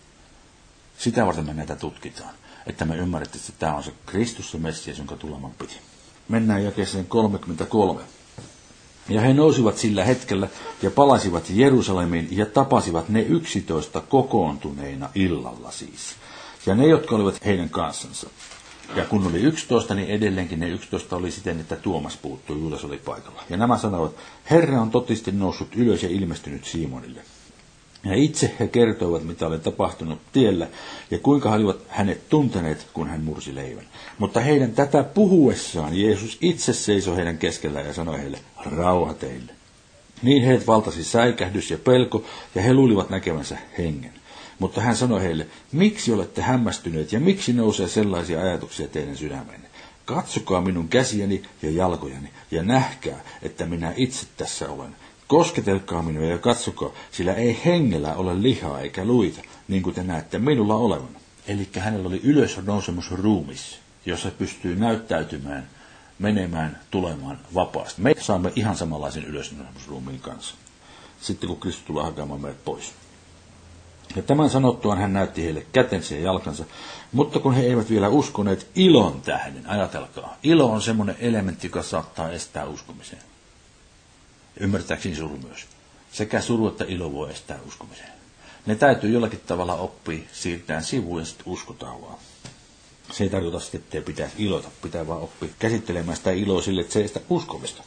Sitä varten me näitä tutkitaan, että me ymmärretään, että tämä on se Kristus, se Messias, jonka tuleman piti. Mennään jakeeseen 33. Ja he nousivat sillä hetkellä ja palasivat Jerusalemiin ja tapasivat ne 11 kokoontuneina illalla siis. Ja ne, jotka olivat heidän kanssansa. Ja kun oli 11, niin edelleenkin ne 11 oli siten, että Tuomas puuttui, Juudas oli paikalla. Ja nämä sanovat, Herra on totisesti noussut ylös ja ilmestynyt Simonille. Ja itse he kertoivat, mitä oli tapahtunut tiellä ja kuinka he olivat hänet tunteneet, kun hän mursi leivän. Mutta heidän tätä puhuessaan Jeesus itse seisoi heidän keskellään ja sanoi heille, rauha teille. Niin heidät valtasi säikähdys ja pelko ja he luulivat näkevänsä hengen. Mutta hän sanoi heille, miksi olette hämmästyneet ja miksi nousee sellaisia ajatuksia teidän sydämenne? Katsokaa minun käsiäni ja jalkojani ja nähkää, että minä itse tässä olen. Kosketelkaa minua ja katsokaa, sillä ei hengellä ole lihaa eikä luita, niin kuin te näette minulla olevan. Eli hänellä oli ylösnousemus ruumis, jossa pystyy näyttäytymään, menemään, tulemaan vapaasti. Me saamme ihan samanlaisen ylösnousemusruumiin kanssa, sitten kun Kristus tulee hakemaan meidät pois. Ja tämän sanottuaan hän näytti heille kätensä ja jalkansa, mutta kun he eivät vielä uskoneet ilon tähden, ajatelkaa, ilo on semmoinen elementti, joka saattaa estää uskomiseen. Ymmärtääkseni suru myös. Sekä suru että ilo voi estää uskomiseen. Ne täytyy jollakin tavalla oppia, siirtää sivuun ja sitten uskotaan vaan. Se ei tarkoita sitten, ettei pitäisi ilota. Pitää vaan oppia käsittelemään sitä iloa sille, että se ei sitä uskomista.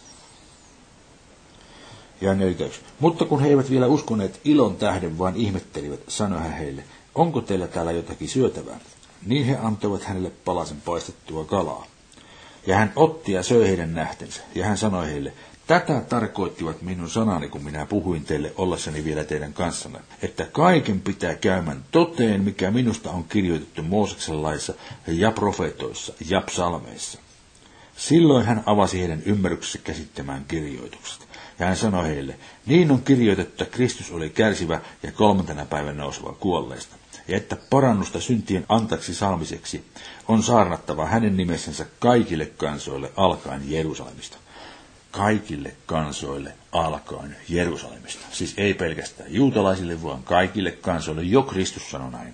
Ja 41. Mutta kun he eivät vielä uskoneet ilon tähden, vaan ihmettelivät, sanoi hän heille, onko teillä täällä jotakin syötävää? Niin he antoivat hänelle palasen paistettua kalaa. Ja hän otti ja söi heidän nähtensä. Ja hän sanoi heille, tätä tarkoittivat minun sanani, kun minä puhuin teille ollessani vielä teidän kanssanne, että kaiken pitää käymään toteen, mikä minusta on kirjoitettu Mooseksen laissa ja profeetoissa ja psalmeissa. Silloin hän avasi heidän ymmärryksessä käsittämään kirjoitukset. Ja hän sanoi heille, niin on kirjoitettu, että Kristus oli kärsivä ja 3. päivän nouseva kuolleista. Ja että parannusta syntien antaksi saamiseksi on saarnattava hänen nimessensä kaikille kansoille alkaen Jerusalemista. Kaikille kansoille alkaen Jerusalemista. Siis ei pelkästään juutalaisille, vaan kaikille kansoille. Jo Kristus sanoi näin.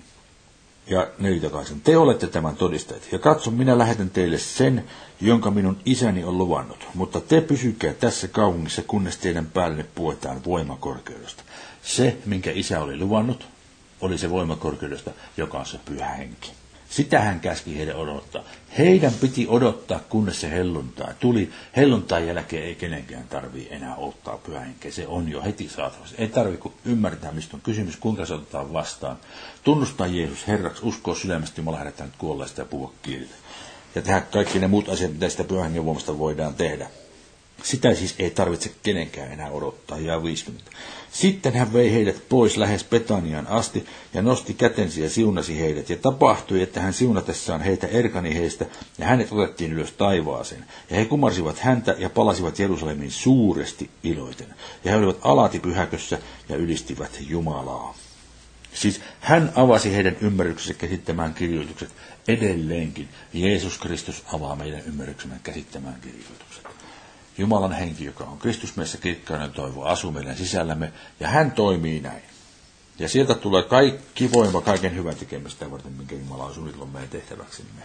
Ja 48. Te olette tämän todisteet. Ja katso, minä lähetän teille sen, jonka minun isäni on luvannut. Mutta te pysykää tässä kaupungissa, kunnes teidän päällenne puetaan voimakorkeudesta. Se, minkä isä oli luvannut, oli se voimakorkeudesta, joka on se pyhä henki. Sitä hän käski heidän odottaa. Heidän piti odottaa, kunnes se helluntai tuli. Helluntain jälkeen ei kenenkään tarvitse enää odottaa pyhä henkeä. Se on jo heti saatavassa. Ei tarvitse kuin ymmärtää, mistä on kysymys, kuinka se otetaan vastaan. Tunnustaa Jeesus Herraksi, uskoa sydämestä, Jumala lähdetään nyt kuolleista ja puhua kielillä. Ja tehdä kaikki ne muut asiat, mitä sitä pyhän hengen voimasta voidaan tehdä. Sitä siis ei tarvitse kenenkään enää odottaa. Ja 50. Sitten hän vei heidät pois lähes Betaniaan asti ja nosti kätensä ja siunasi heidät. Ja tapahtui, että hän siunatessaan heitä erkani heistä ja hänet otettiin ylös taivaaseen. Ja he kumarsivat häntä ja palasivat Jerusalemiin suuresti iloiten. Ja he olivat alati pyhäkössä ja ylistivät Jumalaa. Siis hän avasi heidän ymmärryksensä käsittämään kirjoitukset. Edelleenkin Jeesus Kristus avaa meidän ymmärryksemme käsittämään kirjoitukset. Jumalan henki, joka on Kristus meissä kirkkainen toivo, asuu meidän sisällämme, ja hän toimii näin. Ja sieltä tulee kaikki voima kaiken hyvän tekemistä varten, minkä Jumala on suunnitellut meidän tehtäväksemme.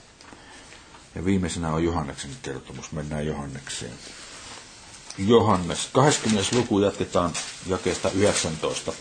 Ja viimeisenä on Johanneksen kertomus. Mennään Johannekseen. Johannes, 20. luku jatketaan jakeesta 19.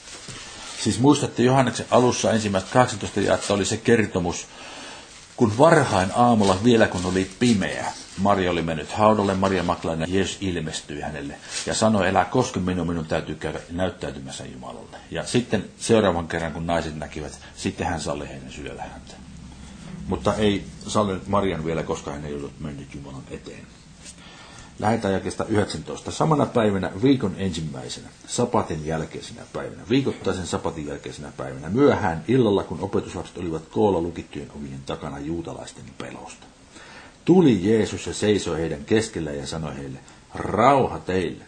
Siis muistatte Johanneksen alussa ensimmäistä 18 jaetta oli se kertomus, kun varhain aamulla vielä kun oli pimeä, Maria oli mennyt haudalle, Maria Magdalena, Jeesus ilmestyi hänelle ja sanoi, älä koske minun täytyy käydä näyttäytymässä Jumalalle. Ja sitten seuraavan kerran, kun naiset näkivät, sitten hän salli heidän sydällä häntä. Mutta ei sallinut Marian vielä, koska hän ei ollut mennyt Jumalan eteen. Lähdetään jakeesta 19. Samana päivänä viikon ensimmäisenä, sapatin jälkeisenä päivänä, viikoittaisen sapatin jälkeisenä päivänä, myöhään illalla, kun opetuslapset olivat koolla lukittujen ovien takana juutalaisten pelosta. Tuli Jeesus ja seisoi heidän keskellä ja sanoi heille, rauha teille.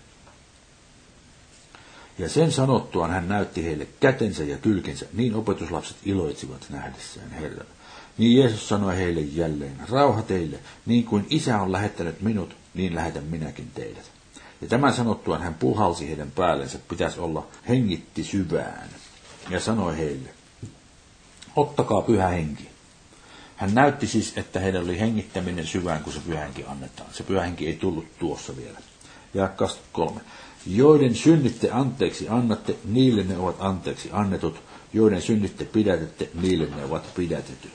Ja sen sanottuaan hän näytti heille kätensä ja kylkensä, niin opetuslapset iloitsivat nähdessään Herran. Niin Jeesus sanoi heille jälleen, rauha teille, niin kuin Isä on lähettänyt minut, niin lähetän minäkin teidät. Ja tämän sanottuaan hän puhalsi heidän päällensä, pitäisi olla hengitti syvään, ja sanoi heille, ottakaa pyhä henki. Hän näytti siis, että heidän oli hengittäminen syvään, kun se pyhä henki annetaan. Se pyhä henki ei tullut tuossa vielä. Ja 23. Joiden synnitte anteeksi annatte, niille ne ovat anteeksi annetut. Joiden synnitte pidätätte, niille ne ovat pidätetyt.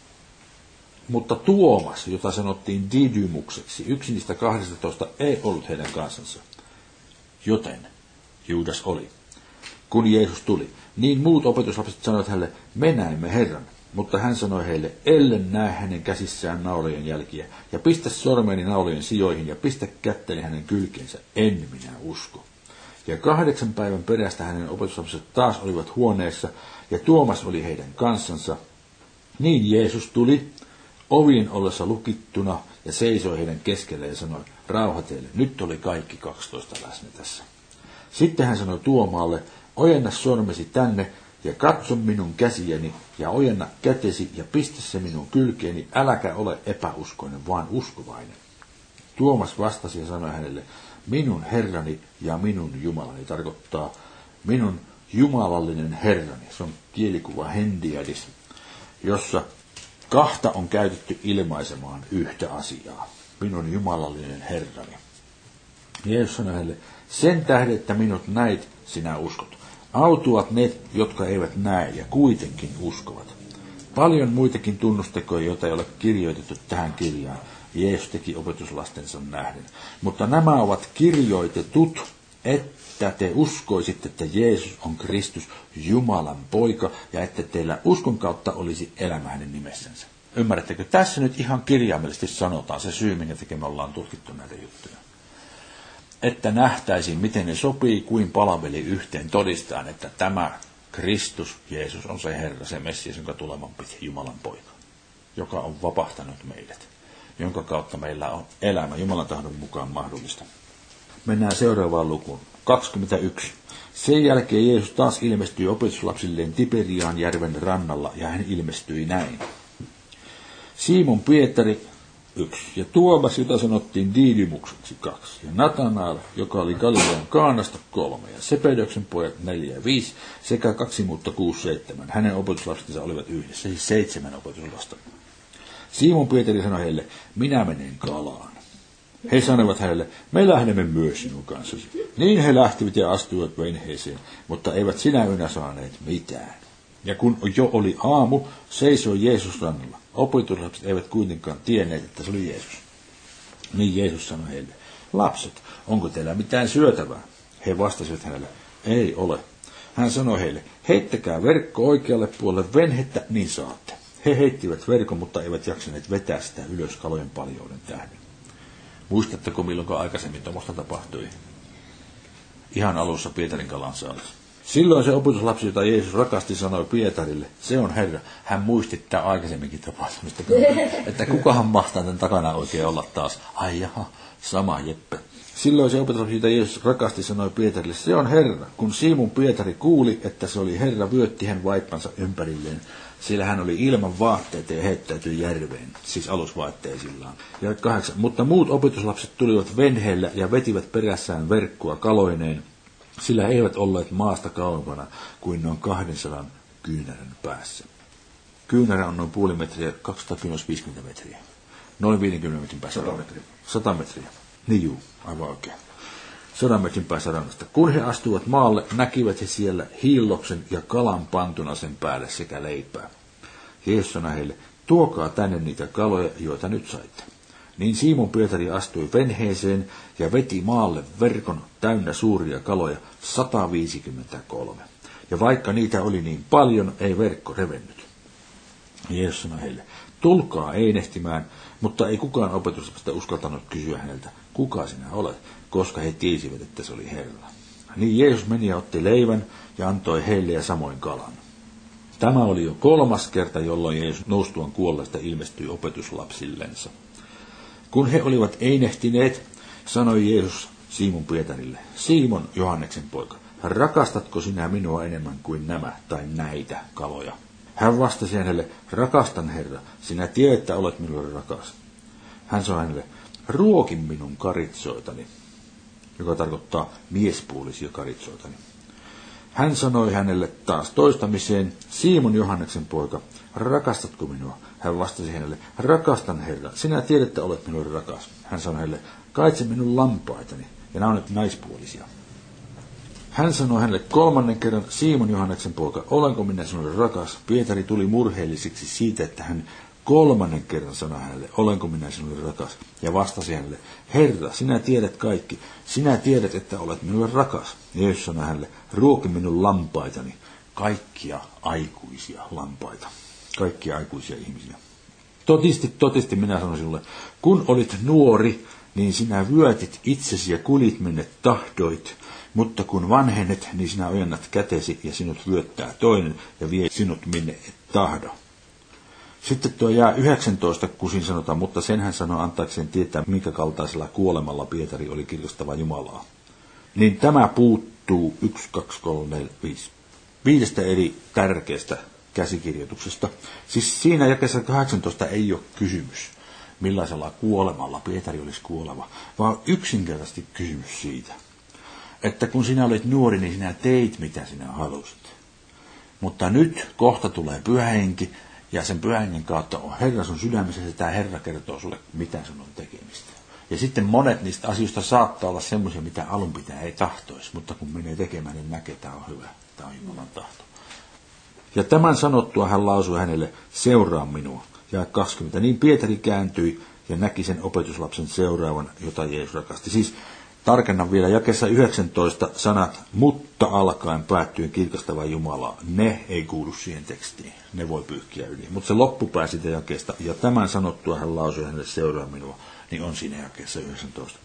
Mutta Tuomas, jota sanottiin Didymukseksi, yksi niistä 12 ei ollut heidän kansansa. Joten Juudas oli. Kun Jeesus tuli, niin muut opetuslapset sanoivat hänelle, me näemme Herran. Mutta hän sanoi heille, ellen näe hänen käsissään naulien jälkiä, ja pistä sormeeni naulien sijoihin, ja pistä kätteni hänen kylkeensä, en minä usko. Ja 8 päivän perästä hänen opetuslapset taas olivat huoneessa, ja Tuomas oli heidän kanssansa. Niin Jeesus tuli, ovien ollessa lukittuna, ja seisoi heidän keskellä ja sanoi, rauha teille, nyt oli kaikki 12 läsnä tässä. Sitten hän sanoi Tuomaalle, ojenna sormesi tänne, ja katso minun käsiäni, ja ojenna kätesi, ja pistä se minun kylkeeni, äläkä ole epäuskoinen, vaan uskovainen. Tuomas vastasi ja sanoi hänelle, minun Herrani ja minun Jumalani, tarkoittaa minun jumalallinen Herrani. Se on kielikuva hendiadis, jossa kahta on käytetty ilmaisemaan yhtä asiaa. Minun jumalallinen Herrani. Jeesus sanoi hänelle, sen tähden, että minut näit, sinä uskot. Autuat ne, jotka eivät näe ja kuitenkin uskovat. Paljon muitakin tunnustekoja, joita ei ole kirjoitettu tähän kirjaan, Jeesus teki opetuslastensa nähden. Mutta nämä ovat kirjoitetut, että te uskoisitte, että Jeesus on Kristus, Jumalan poika, ja että teillä uskon kautta olisi elämä hänen nimessänsä. Ymmärrättekö? Tässä nyt ihan kirjaimellisesti sanotaan se syy, minkä takia me ollaan tutkittu näitä juttuja. Että nähtäisiin, miten ne sopii, kuin palaveli yhteen todistaen, että tämä Kristus, Jeesus, on se Herra, se Messias, jonka tuleman piti, Jumalan poika, joka on vapahtanut meidät, jonka kautta meillä on elämä Jumalan tahdon mukaan mahdollista. Mennään seuraavaan lukuun. 21. Sen jälkeen Jeesus taas ilmestyi opetuslapsilleen Tiberiaan järven rannalla, ja hän ilmestyi näin. Simon Pietari, 1. Ja Tuomas, jota sanottiin Didymukseksi, 2. Ja Natanael, joka oli Galilean Kaanasta, 3. Ja Sepedoksen pojat 4 ja 5, sekä 2 muutta 6, 7. Hänen opetuslapsensa olivat yhdessä, siis 7 opetuslasta. Simon Pietari sanoi heille, minä menen kalaan. He sanoivat hänelle, me lähdemme myös sinun kanssasi. Niin he lähtivät ja astuivat venheeseen, mutta eivät sinä yönä saaneet mitään. Ja kun jo oli aamu, seisoi Jeesus rannalla. Opetuslapset eivät kuitenkaan tienneet, että se oli Jeesus. Niin Jeesus sanoi heille, lapset, onko teillä mitään syötävää? He vastasivat hänelle, ei ole. Hän sanoi heille, heittäkää verkko oikealle puolelle venhettä, niin saatte. He heittivät verkon, mutta eivät jaksaneet vetää sitä ylös kalojen paljouden tähden. Muistatteko, milloin aikaisemmin tuommoista tapahtui? Ihan alussa Pietarin kalan saaressa. Silloin se opetuslapsi, jota Jeesus rakasti, sanoi Pietarille, se on Herra. Hän muisti tämä aikaisemminkin tapahtumista, että kukahan mahtaa tämän takana oikein olla taas. Ai jaha, sama Jeppe. Silloin se opetuslapsi, jota Jeesus rakasti, sanoi Pietarille, se on Herra. Kun Simon Pietari kuuli, että se oli Herra, vyötti hän vaippansa ympärilleen, sillä hän oli ilman vaatteita ja heittäytyi järveen, siis alusvaatteisillaan. Ja 8. Mutta muut opetuslapset tulivat venheellä ja vetivät perässään verkkoa kaloineen, sillä he eivät olleet maasta kauempana kuin noin 200 kyynärän päässä. Kyynärä on noin puoli metriä, 250 metriä. Noin 50 metrin päässä. 100 metriä. Niin juu, aivan oikein. 100 metrin päässä rannasta. Kun he astuivat maalle, näkivät he siellä hiilloksen ja kalan pantuna sen päälle sekä leipää. Jeesus sanoi heille, tuokaa tänne niitä kaloja, joita nyt saitte. Niin Simon Pietari astui venheeseen ja veti maalle verkon täynnä suuria kaloja, 153. Ja vaikka niitä oli niin paljon, ei verkko revennyt. Jeesus sanoi heille, tulkaa einehtimään, mutta ei kukaan opetuslapsista uskaltanut kysyä häneltä, kuka sinä olet, koska he tiesivät, että se oli Herra. Niin Jeesus meni ja otti leivän ja antoi heille ja samoin kalan. Tämä oli jo 3. kerta, jolloin Jeesus noustuaan kuolleesta ilmestyi opetuslapsillensa. Kun he olivat einehtineet, sanoi Jeesus Simon Pietarille, Simon, Johanneksen poika, rakastatko sinä minua enemmän kuin nämä tai näitä kaloja? Hän vastasi hänelle, rakastan Herra, sinä tiedät, että olet minulle rakas. Hän sanoi hänelle, ruoki minun karitsoitani, joka tarkoittaa miespuolisia karitsoitani. Hän sanoi hänelle taas toistamiseen, Simon, Johanneksen poika, rakastatko minua? Hän vastasi hänelle, rakastan Herra, sinä tiedät, että olet minulle rakas. Hän sanoi hänelle, kaitse minun lampaitani, ja nämä on nyt naispuolisia. Hän sanoi hänelle 3. kerran, Simon, Johanneksen poika, olenko minä sinulle rakas? Pietari tuli murheelliseksi siitä, että hän 3. kerran sanoi hänelle, olenko minä sinulle rakas? Ja vastasi hänelle, Herra, sinä tiedät kaikki, sinä tiedät, että olet minulle rakas. Ja Jeesus sanoi hänelle, ruoki minun lampaitani, kaikkia aikuisia lampaita, kaikkia aikuisia ihmisiä. Totisesti minä sanon sinulle, kun olit nuori, niin sinä vyötit itsesi ja kulit minne tahdoit, mutta kun vanhennet, niin sinä ojennat kätesi ja sinut vyöttää toinen ja vie sinut minne et tahdo. Sitten tuo jää 19, kun siinä sanotaan, mutta sen hän sanoi antaakseen tietää, minkä kaltaisella kuolemalla Pietari oli kirkastava Jumalaa. Niin tämä puuttuu 1, 2, 3, 4, 5. 5 eri tärkeästä käsikirjoituksesta. Siis siinä jakeessa 18 ei ole kysymys, millaisella kuolemalla Pietari olisi kuoleva, vaan yksinkertaisesti kysymys siitä, että kun sinä olit nuori, niin sinä teit, mitä sinä halusit. Mutta nyt kohta tulee Pyhä Henki, ja sen Pyhän Hengen kautta on Herra sun sydämessä, ja tämä Herra kertoo sulle, mitä sun on tekemistä. Ja sitten monet niistä asioista saattaa olla semmoisia, mitä alun pitää ei tahtoisi, mutta kun menee tekemään, niin näkee, että tämä on hyvä, tämä on Jumalan tahto. Ja tämän sanottua hän lausui hänelle, seuraa minua. Ja 20. Niin Pietari kääntyi ja näki sen opetuslapsen seuraavan, jota Jeesus rakasti. Siis tarkennan vielä jakeessa 19 sanat, mutta alkaen päättyen kirkastava Jumala, ne ei kuulu siihen tekstiin. Ne voi pyyhkiä yli. Mutta se loppupää siitä jakeesta, ja tämän sanottua hän lausui hänelle seuraa minua, niin on siinä jakeessa 19.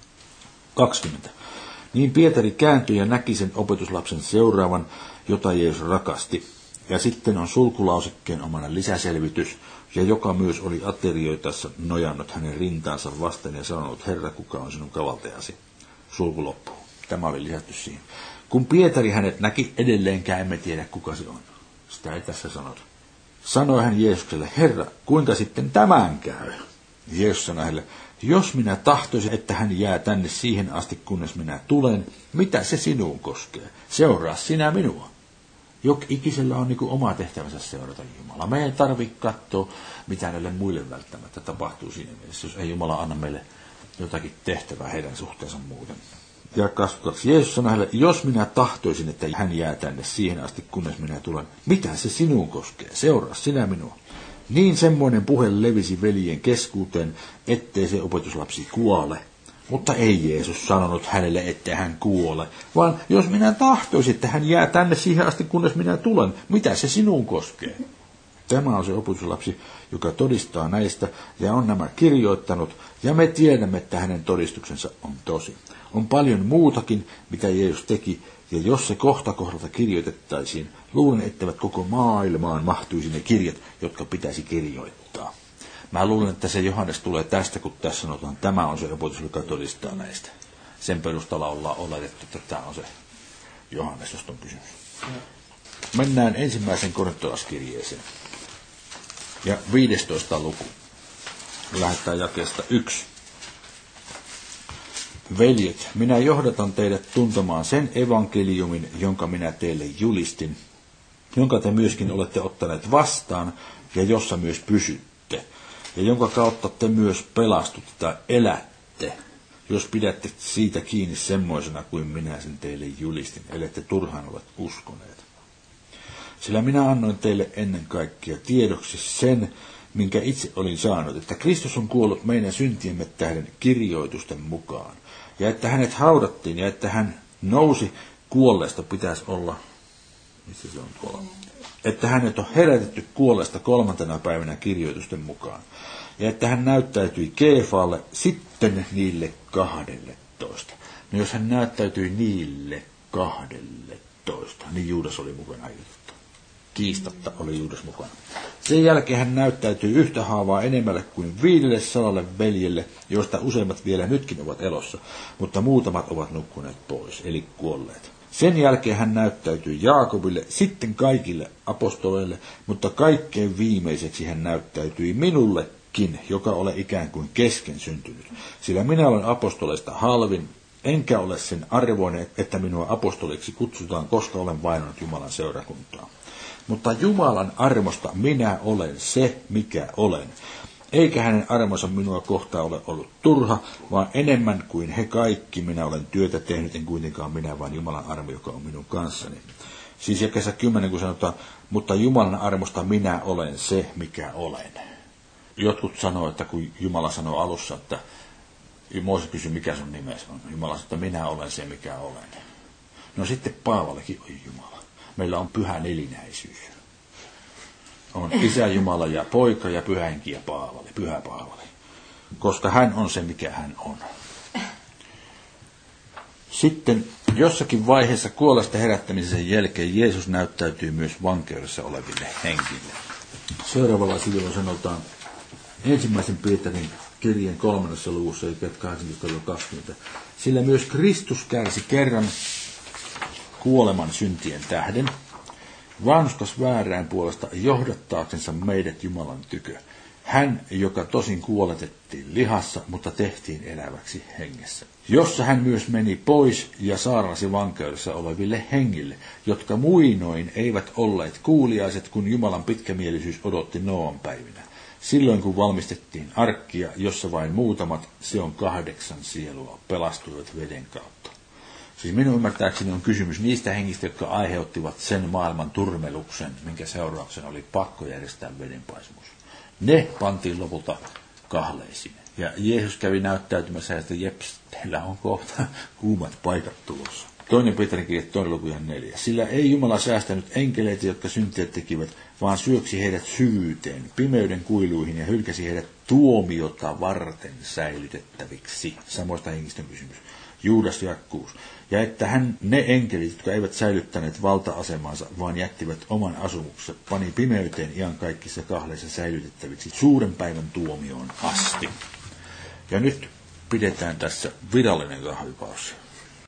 20. Niin Pietari kääntyi ja näki sen opetuslapsen seuraavan, jota Jeesus rakasti. Ja sitten on sulkulausekkeen omana lisäselvitys, ja joka myös oli aterioitassa nojannut hänen rintaansa vasten ja sanonut, Herra, kuka on sinun kavaltajasi? Sulku loppuu. Tämä oli lisätty siihen. Kun Pietari hänet näki, edelleenkään emme tiedä, kuka se on. Sitä ei tässä sanota. Sanoi hän Jeesukselle, Herra, kuinka sitten tämän käy? Jeesus sanoi hänelle, jos minä tahtoisin, että hän jää tänne siihen asti, kunnes minä tulen, mitä se sinuun koskee? Seuraa sinä minua. Ikisellä on niin kuin oma tehtävänsä seurata Jumalaa. Me ei tarvitse katsoa, mitä näille muille välttämättä tapahtuu siinä mielessä, jos ei Jumala anna meille jotakin tehtävää heidän suhteensa muuten. Ja 22. Jeesus sanoi hänelle, jos minä tahtoisin, että hän jää tänne siihen asti, kunnes minä tulen, mitä se sinuun koskee? Seuraa sinä minua. Niin semmoinen puhe levisi veljen keskuuteen, ettei se opetuslapsi kuole. Mutta ei Jeesus sanonut hänelle, ettei hän kuole, vaan jos minä tahtoisin, että hän jää tänne siihen asti, kunnes minä tulen, mitä se sinuun koskee? Tämä on se opetuslapsi, joka todistaa näistä ja on nämä kirjoittanut, ja me tiedämme, että hänen todistuksensa on tosi. On paljon muutakin, mitä Jeesus teki, ja jos se kohta kohdalta kirjoitettaisiin, luulen, etteivät koko maailmaan mahtuisi ne kirjat, jotka pitäisi kirjoittaa. Mä luulen, että se Johannes tulee tästä, kun tässä sanotaan, tämä on se opetus, joka todistaa näistä. Sen perusteella ollaan oletettu, että tämä on se Johannes, josta on kysymys. Mennään ensimmäisen korintolaskirjeeseen. Ja 15. luku. Lähdetään jakeesta 1. Veljet, minä johdatan teidät tuntemaan sen evankeliumin, jonka minä teille julistin, jonka te myöskin olette ottaneet vastaan ja jossa myös pysytte, ja jonka kautta te myös pelastutte tai elätte, jos pidätte siitä kiinni semmoisena kuin minä sen teille julistin, ellette turhaan olet uskoneet. Sillä minä annoin teille ennen kaikkea tiedoksi sen, minkä itse olin saanut, että Kristus on kuollut meidän syntiemme tähden kirjoitusten mukaan, ja että hänet haudattiin, ja että hän nousi kuolleesta pitäisi olla, missä se on tuolla, että hänet on herätetty kuolleesta 3. päivänä kirjoitusten mukaan, ja että hän näyttäytyi Keefalle, sitten niille 12. No jos hän näyttäytyi niille 12, niin Juudas oli mukana. Kiistatta oli Juudas mukana. Sen jälkeen hän näyttäytyi yhtä haavaa enemmälle kuin 500 veljelle, joista useimmat vielä nytkin ovat elossa, mutta muutamat ovat nukkuneet pois, eli kuolleet. Sen jälkeen hän näyttäytyi Jaakobille, sitten kaikille apostoleille, mutta kaikkein viimeiseksi hän näyttäytyi minullekin, joka ole ikään kuin kesken syntynyt. Sillä minä olen apostoleista halvin, enkä ole sen arvoinen, että minua apostoliksi kutsutaan, koska olen vainonnut Jumalan seurakuntaa. Mutta Jumalan armosta minä olen se, mikä olen. Eikä hänen armonsa minua kohtaan ole ollut turha, vaan enemmän kuin he kaikki minä olen työtä tehnyt, en kuitenkaan minä, vaan Jumalan armo, joka on minun kanssani. Siis jakeessa 10, kun sanotaan, mutta Jumalan armosta minä olen se, mikä olen. Jotkut sanoo, että kun Jumala sanoo alussa, että Mooses kysyi, mikä sun nimesi on. Jumala sanoo, että minä olen se, mikä olen. No sitten Paavallekin on Jumala. Meillä on pyhä nelinäisyys. On Isä Jumala ja Poika ja Pyhä Henki ja Paavali, Pyhä Paavali. Koska hän on se, mikä hän on. Sitten jossakin vaiheessa kuolesta herättämisen jälkeen Jeesus näyttäytyy myös vankeudessa oleville henkille. Seuraavalla sivulla sanotaan 1. Pietarin kirjeen 3. luvussa, eli 18-20. Sillä myös Kristus kärsi kerran kuoleman syntien tähden, vanhuskas väärään puolesta johdattaaksensa meidät Jumalan tykö. Hän, joka tosin kuoletettiin lihassa, mutta tehtiin eläväksi hengessä. Jossa hän myös meni pois ja saarnasi vankeudessa oleville hengille, jotka muinoin eivät olleet kuuliaiset, kun Jumalan pitkämielisyys odotti Nooan päivinä. Silloin kun valmistettiin arkkia, jossa vain muutamat, se on 8 sielua, pelastuivat veden kautta. Siis minun ymmärtääkseni on kysymys niistä hengistä, jotka aiheuttivat sen maailman turmeluksen, minkä seurauksena oli pakko järjestää vedenpaisumus. Ne pantiin lopulta kahleisiin. Ja Jeesus kävi näyttäytymässä, että jeps, teillä on kohta kuumat paikat tulossa. 2. Pietarin kirje 2. luku 4. Sillä ei Jumala säästänyt enkeleitä, jotka syntiä tekivät, vaan syöksi heidät syvyyteen, pimeyden kuiluihin ja hylkäsi heidät tuomiota varten säilytettäviksi. Samoista hengistä on kysymys. Juudas Jakkuus. Ja että ne enkelit, jotka eivät säilyttäneet valta-asemansa, vaan jättivät oman asumuksensa, pani pimeyteen iankaikkisissa kahleissa säilytettäviksi suuren päivän tuomioon asti. Ja nyt pidetään tässä virallinen kahvipausi.